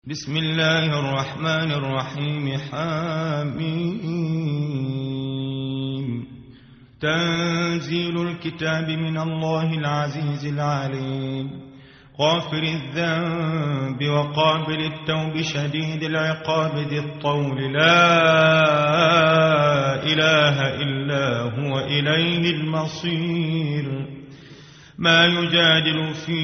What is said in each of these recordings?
بسم الله الرحمن الرحيم. حميم. تنزيل الكتاب من الله العزيز العليم، غافر الذنب وقابل التوب شديد العقاب ذي الطول، لا إله إلا هو إليه المصير. ما يجادل في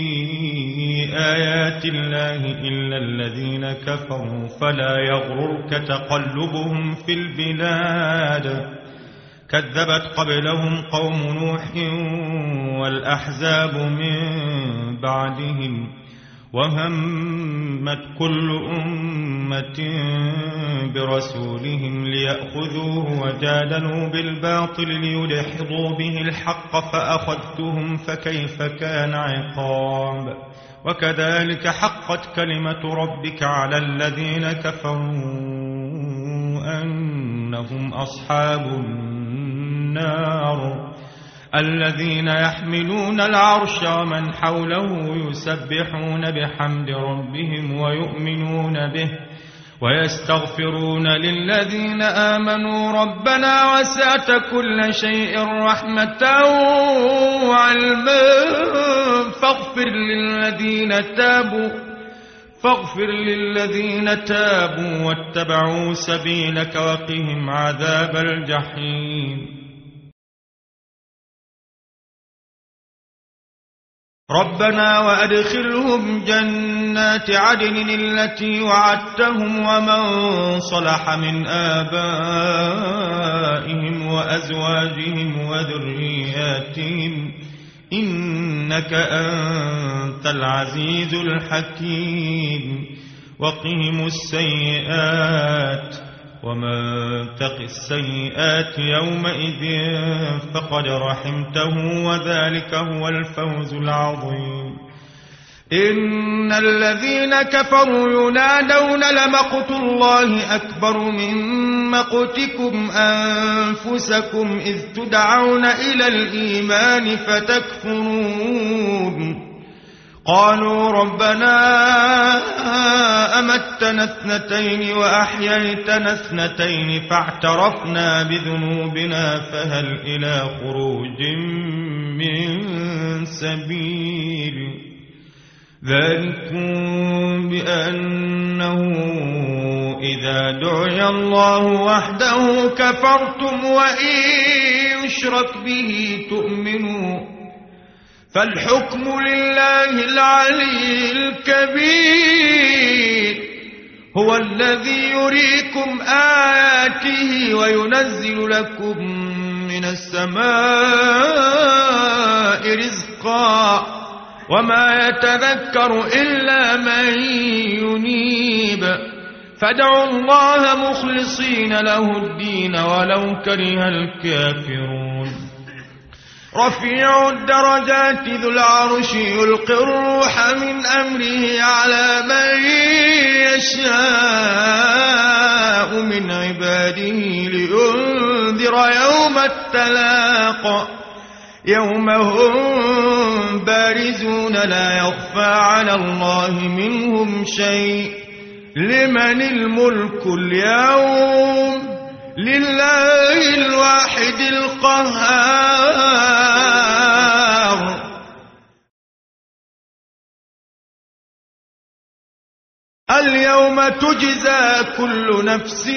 آيات الله إلا الذين كفروا، فلا يغررك تقلبهم في البلاد. كذبت قبلهم قوم نوح والأحزاب من بعدهم، وهمت كل أمة برسولهم ليأخذوه، وجادلوا بالباطل ليدحضوا به الحق، فأخذتهم فكيف كان عقاب. وكذلك حقت كلمة ربك على الذين كفروا أنهم أصحاب النار، الذين يحملون العرش ومن حوله يسبحون بحمد ربهم ويؤمنون به ويستغفرون للذين آمنوا ربنا وسعت كل شيء رحمة وعلما فاغفر للذين تابوا واتبعوا سبيلك وقهم عذاب الجحيم. ربنا وأدخلهم جنات عدن التي وعدتهم ومن صلح من آبائهم وأزواجهم وذرياتهم إنك أنت العزيز الحكيم. وقهم السيئات ومن تق السيئات يومئذ فقد رحمته وذلك هو الفوز العظيم. إن الذين كفروا ينادون لمقت الله أكبر من مقتكم أنفسكم إذ تدعون إلى الإيمان فتكفرون. قالوا ربنا أمتنا اثنتين وأحييتنا اثنتين فاعترفنا بذنوبنا فهل إلى خروج من سبيل. ذلكم بأنه إذا دعي الله وحده كفرتم وإن يشرك به تؤمنون. فالحكم لله العلي الكبير، هو الذي يريكم آياته وينزل لكم من السماء رزقا، وما يتذكر إلا من ينيب. فادعوا الله مخلصين له الدين ولو كره الكافرون. رفيع الدرجات ذو العرش يلقي الروح من أمره على من يشاء من عباده لينذر يوم التلاق، يوم هم بارزون لا يخفى على الله منهم شيء. لمن الملك اليوم؟ لله الواحد القهار. اليوم تجزى كل نفس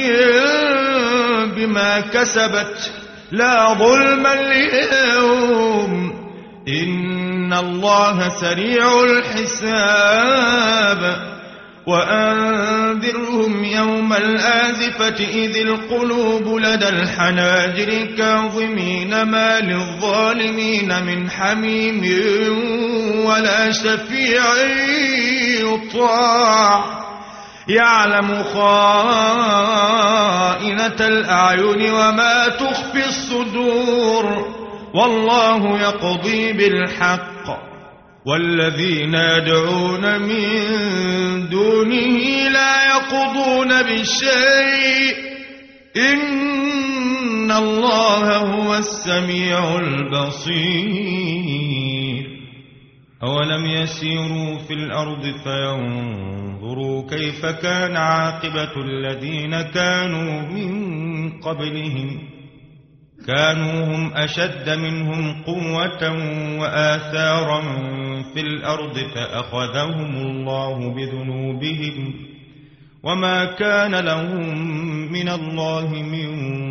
بما كسبت لا ظلم اليوم، إن الله سريع الحساب. وأنذرهم يوم الآزفة إذ القلوب لدى الحناجر كاظمين ما للظالمين من حميم ولا شفيع يطاع، يعلم خائنة الأعين وما تخفي الصدور، والله يقضي بالحق. والذين يدعون من دونه لا يقضون بشيء، إن الله هو السميع البصير. أولم يسيروا في الأرض فينظروا كيف كان عاقبة الذين كانوا من قبلهم كانوا هم أشد منهم قوة وآثارا في الأرض فأخذهم الله بذنوبهم وما كان لهم من الله من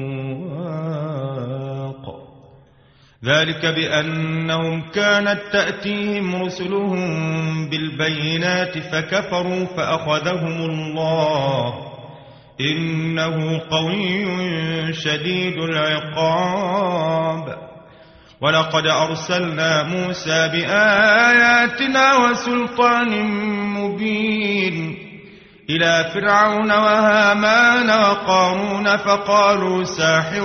واق ذلك بأنهم كانت تأتيهم رسلهم بالبينات فكفروا فأخذهم الله إنه قوي شديد العقاب ولقد أرسلنا موسى بآياتنا وسلطان مبين إلى فرعون وهامان وقارون فقالوا ساحر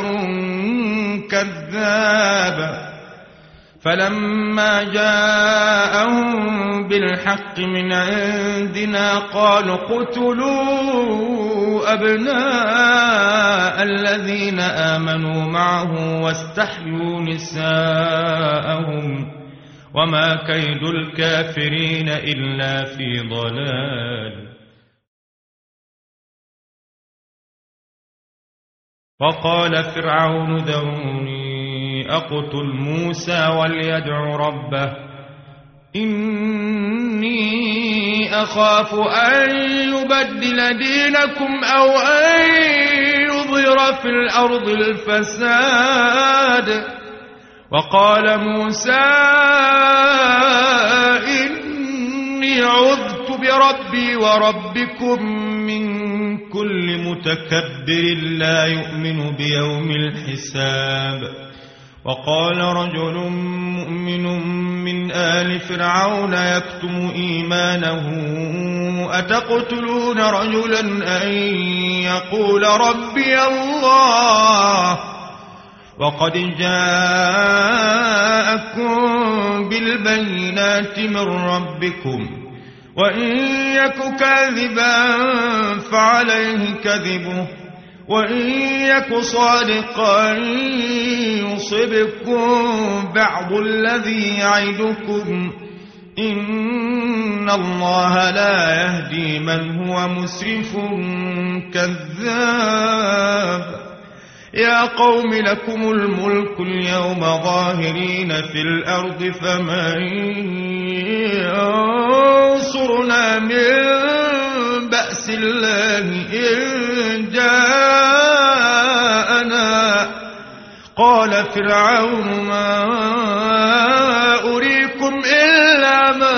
كذاب فلما جاءهم بالحق من عندنا قالوا اقتلوا أبناء الذين آمنوا معه واستحيوا نساءهم وما كيد الكافرين إلا في ضلال وقال فرعون ذروني أقتل موسى وليدع ربه إني أخاف أن يبدل دينكم أو أن يظهر في الأرض الفساد وقال موسى إني عذت بربي وربكم من كل متكبر لا يؤمن بيوم الحساب وقال رجل مؤمن من آل فرعون يكتم إيمانه أتقتلون رجلا أن يقول ربي الله وقد جاءكم بالبينات من ربكم وإن يك كاذبا فعليه كذبه وإن يك صادقا يصبكم بعض الذي يعدكم إن الله لا يهدي من هو مسرف كذاب يا قوم لكم الملك اليوم ظاهرين في الأرض فمن ينصرنا من بأس الله إن جاءنا قال فرعون ما أريكم إلا ما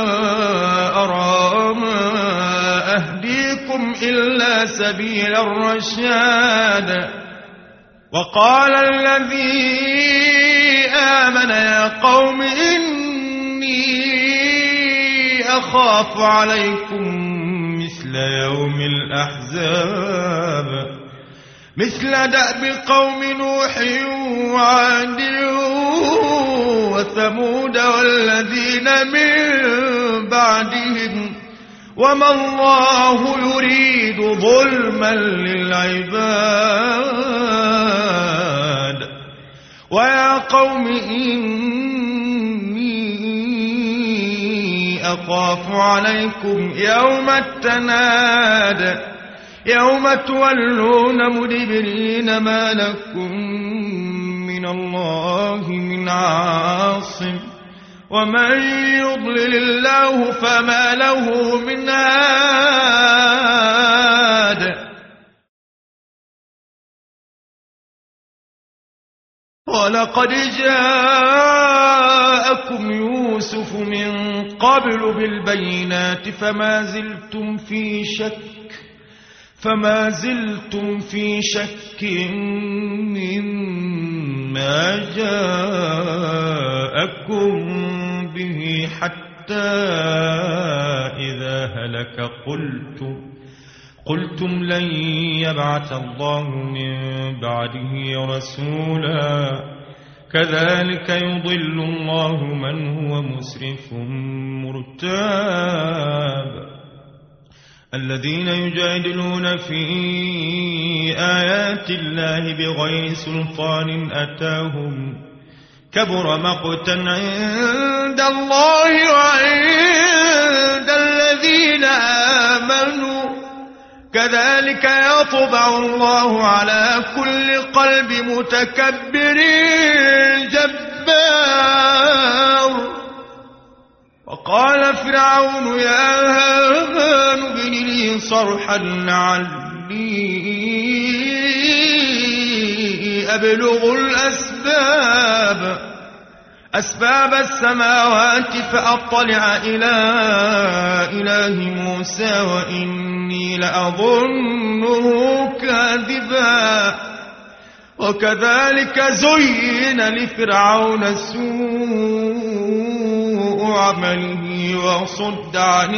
أرى ما أهديكم إلا سبيل الرشاد وقال الذي آمن يا قوم إني أخاف عليكم مثل يوم الأحزاب مثل دأب قوم نوح وعاد وثمود والذين من بعدهم وما الله يريد ظلما للعباد ويا قوم إني أخاف عليكم يوم التناد يوم تولون مدبرين ما لكم من الله من عاصم ومن يضلل الله فما له من هاد ولقد جاءكم يوسف من قبل بالبينات فما زلتم في شك مما جاءكم به حتى إذا هلك قلتم لن يبعث الله من بعده رسولا كذلك يضل الله من هو مسرف مرتاب الذين يجادلون في آيات الله بغير سلطان أتاهم كبر مقتا عند الله وعند الذين آمنوا كذلك يطبع الله على كل قلب متكبر جبار. وقال فرعون يا هامان ابن لي صرحا لعلي أبلغ أسباب السماوات فأطلع إلى إله موسى وإني لأظنه كاذبا. وكذلك زين لفرعون سوء عمله وصد عن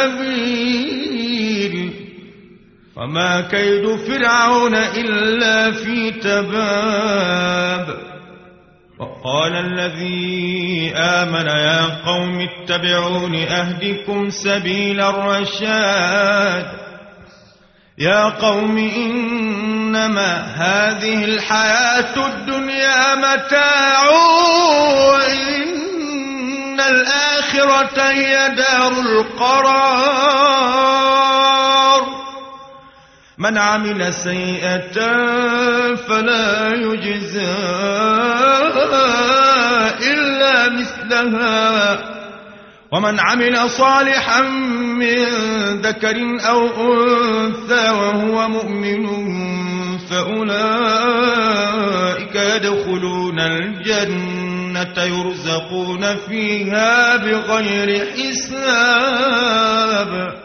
السبيل وما كيد فرعون إلا في تباب. وقال الذي آمن يا قوم اتبعون أهدكم سبيل الرشاد. يا قوم إنما هذه الحياة الدنيا متاع وإن الآخرة هي دار القرار. من عمل سيئة فلا يجزى إلا مثلها ومن عمل صالحا من ذكر أو أنثى وهو مؤمن فأولئك يدخلون الجنة يرزقون فيها بغير حساب.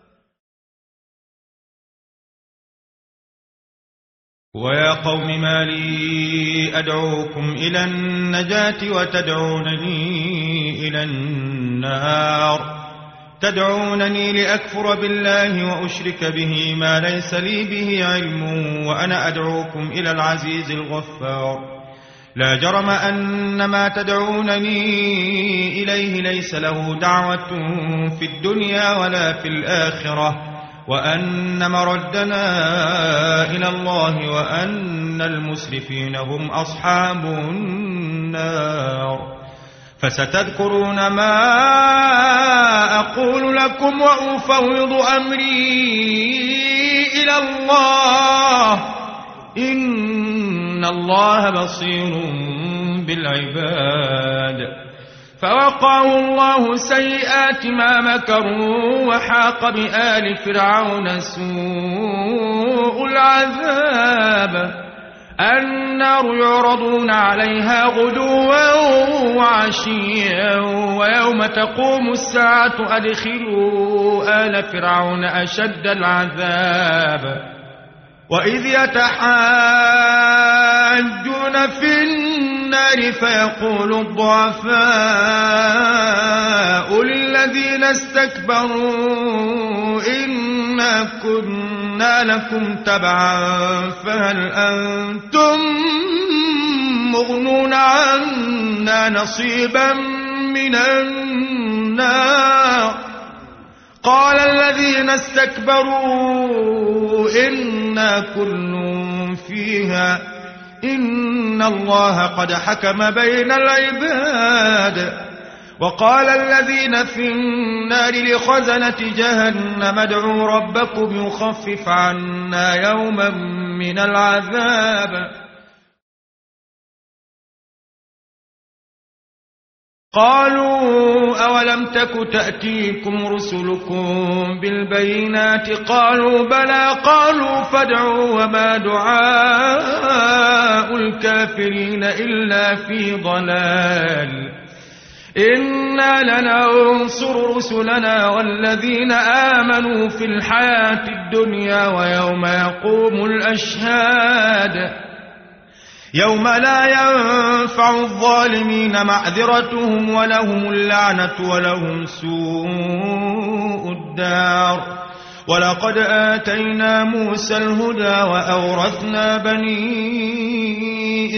ويا قوم ما لي أدعوكم إلى النجاة وتدعونني إلى النار. تدعونني لأكفر بالله وأشرك به ما ليس لي به علم وأنا أدعوكم إلى العزيز الغفار. لا جرم أن ما تدعونني إليه ليس له دعوة في الدنيا ولا في الآخرة وأن مردنا إلى الله وأن المسرفين هم أصحاب النار. فستذكرون ما أقول لكم وأفوض أمري إلى الله إن الله بصير بالعباد. فوقاه الله سيئات ما مكروا وحاق بآل فرعون سوء العذاب. النار يعرضون عليها غدوا وعشيا ويوم تقوم الساعة أدخلوا آل فرعون أشد العذاب. وإذ يتحاجون في النار فيقول الضعفاء للذين استكبروا إنا كنا لكم تبعا فهل أنتم مغنون عنا نصيبا من النار. قال الذين استكبروا إنا كل فيها إن الله قد حكم بين العباد. وقال الذين في النار لخزنة جهنم ادعوا ربكم يخفف عنا يوما من العذاب. قالوا أولم تك تأتيكم رسلكم بالبينات قالوا بلى قالوا فادعوا وما دعاء الكافرين إلا في ضلال. إنا لننصر رسلنا والذين آمنوا في الحياة الدنيا ويوم يقوم الأشهاد. يوم لا ينفع الظالمين معذرتهم ولهم اللعنة ولهم سوء الدار. ولقد آتينا موسى الهدى وأورثنا بني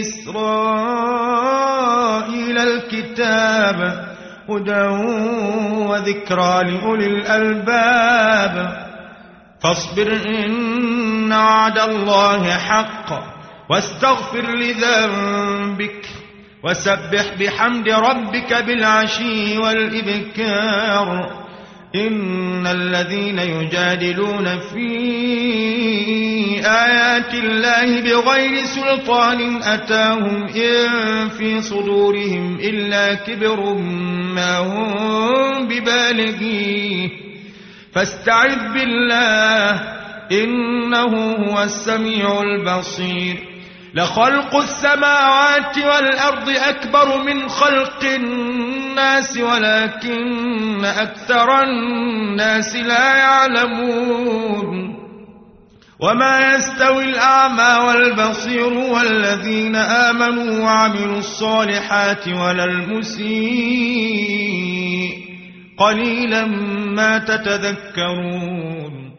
إسرائيل الكتاب هدى وذكرى لأولي الألباب. فاصبر إن وعد الله حق واستغفر لذنبك وسبح بحمد ربك بالعشي والإبكار إن الذين يجادلون في آيات الله بغير سلطان أتاهم إن في صدورهم إلا كبر ما هم ببالغيه فاستعذ بالله إنه هو السميع البصير لخلق السماوات والأرض أكبر من خلق الناس ولكن أكثر الناس لا يعلمون وما يستوي الأعمى والبصير والذين آمنوا وعملوا الصالحات ولا المسيء قليلا ما تتذكرون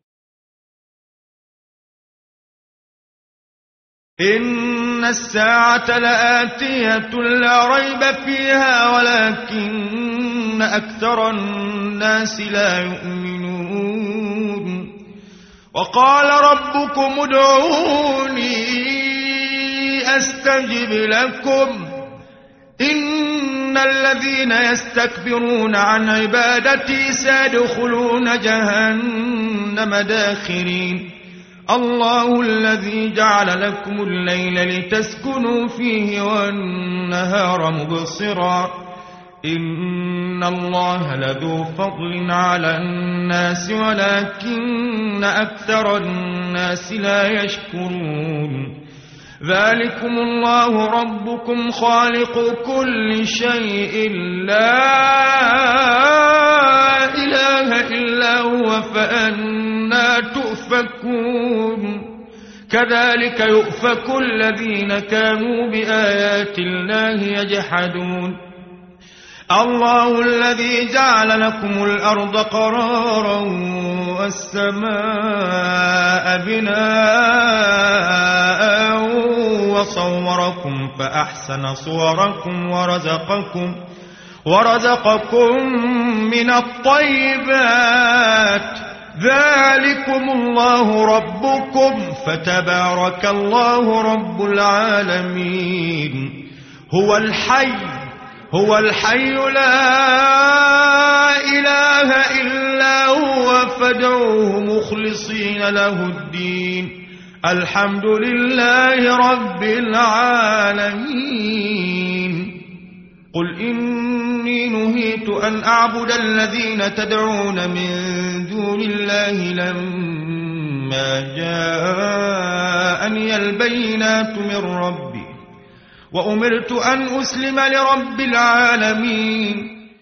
إن الساعة لآتية لا ريب فيها ولكن أكثر الناس لا يؤمنون وقال ربكم ادعوني أستجب لكم إن الذين يستكبرون عن عبادتي سيدخلون جهنم داخرين الله الذي جعل لكم الليل لتسكنوا فيه والنهار مبصرا إن الله لذو فضل على الناس ولكن أكثر الناس لا يشكرون ذلكم الله ربكم خالق كل شيء لا إله إلا هو فأنا تؤفكون كذلك يؤفك الذين كانوا بآيات الله يجحدون الله الذي جعل لكم الأرض قرارا والسماء بناء وصوركم فأحسن صوركم ورزقكم من الطيبات ذلكم الله ربكم فتبارك الله رب العالمين هو الحي لا إله إلا هو فادعوه مخلصين له الدين الحمد لله رب العالمين قل إني نهيت أن أعبد الذين تدعون من دون الله لما جاءني البينات من ربي وأمرت أن أسلم لرب العالمين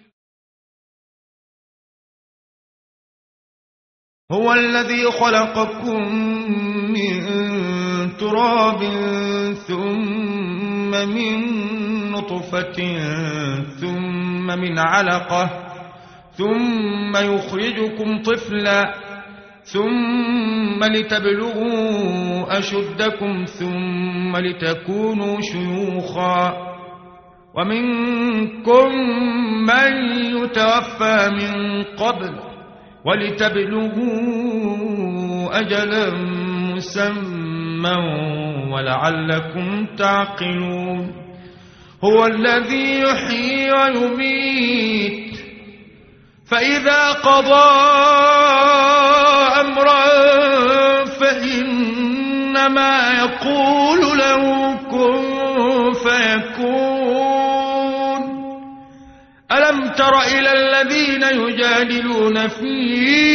هو الذي خلقكم من تراب ثم من نطفة ثم من علقة ثم يخرجكم طفلا ثم لتبلغوا أشدكم ثم لتكونوا شيوخا ومنكم من يتوفى من قبل ولتبلغوا أجلا مسمى ولعلكم تعقلون هو الذي يحيي ويميت فإذا قضى أمرا فإنما يقول له كن فيكون ألم تر إلى الذين يجادلون في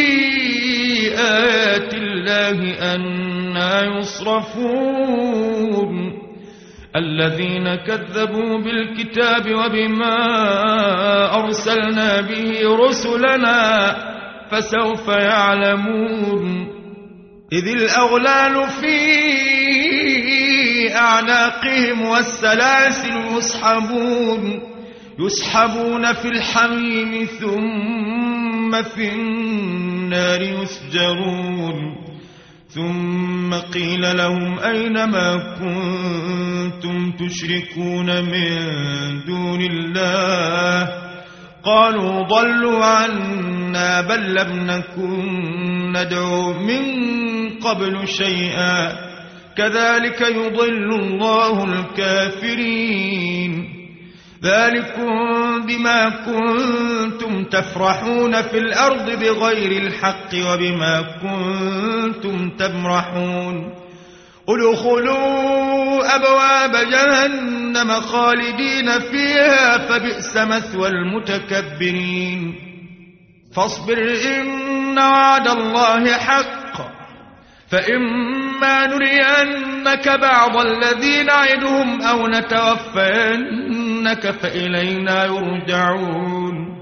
آيات الله أنى يصرفون الذين كذبوا بالكتاب وبما أرسلنا به رسلنا فسوف يعلمون إذ الأغلال في أعناقهم والسلاسل يسحبون في الحميم ثم في النار يسجرون ثم قيل لهم أين ما كنتم تشركون من دون الله قالوا ضلوا عنا بل لم نكن ندعو من قبل شيئا كذلك يضل الله الكافرين ذلكم بما كنتم تفرحون في الأرض بغير الحق وبما كنتم تمرحون ادخلوا أبواب جهنم خالدين فيها فبئس مثوى المتكبرين فاصبر إن وعد الله حق فإما نرينك بعض الذي نعدهم أو نتوفينك فإلينا يرجعون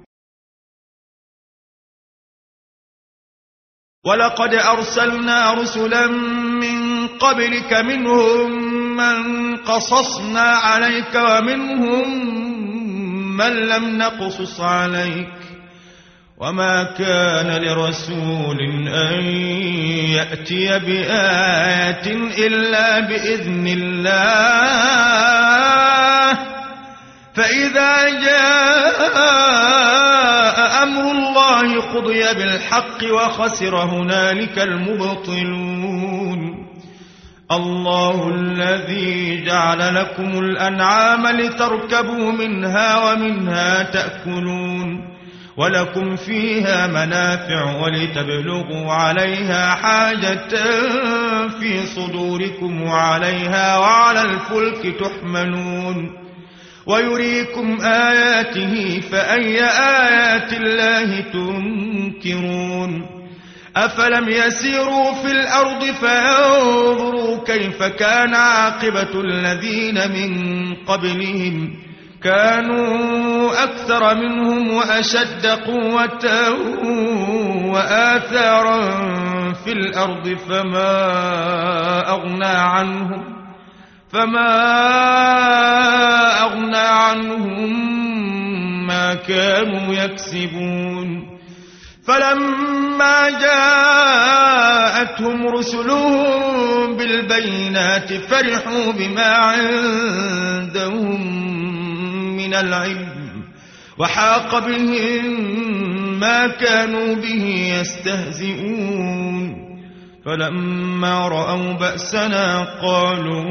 ولقد أرسلنا رسلا من قبلك منهم من قصصنا عليك ومنهم من لم نقصص عليك وما كان لرسول أن يأتي بآية إلا بإذن الله فإذا جاء أمر الله قضي بالحق وخسر هنالك المبطلون الله الذي جعل لكم الأنعام لتركبوا منها ومنها تأكلون ولكم فيها منافع ولتبلغوا عليها حاجة في صدوركم وعليها وعلى الفلك تحملون ويريكم آياته فأي آيات الله تنكرون أفلم يسيروا في الأرض فينظروا كيف كان عاقبة الذين من قبلهم كانوا أكثر منهم وأشد قوة وآثارا في الأرض فما أغنى عنهم ما كانوا يكسبون فلما جاءتهم رسلهم بالبينات فرحوا بما عندهم من العلم وحاق بهم ما كانوا به يستهزئون فلما رأوا بأسنا قالوا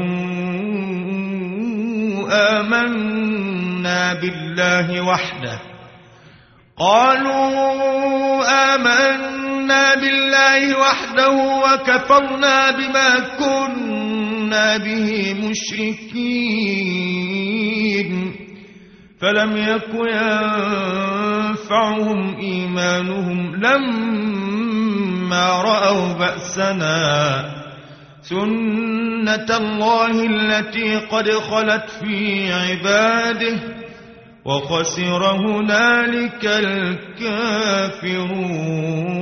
آمنا بالله وحده وكفرنا بما كنا به مشركين فلم يك ينفعهم إيمانهم لما رأوا بأسنا سنة الله التي قد خلت في عباده وخسر هنالك الكافرون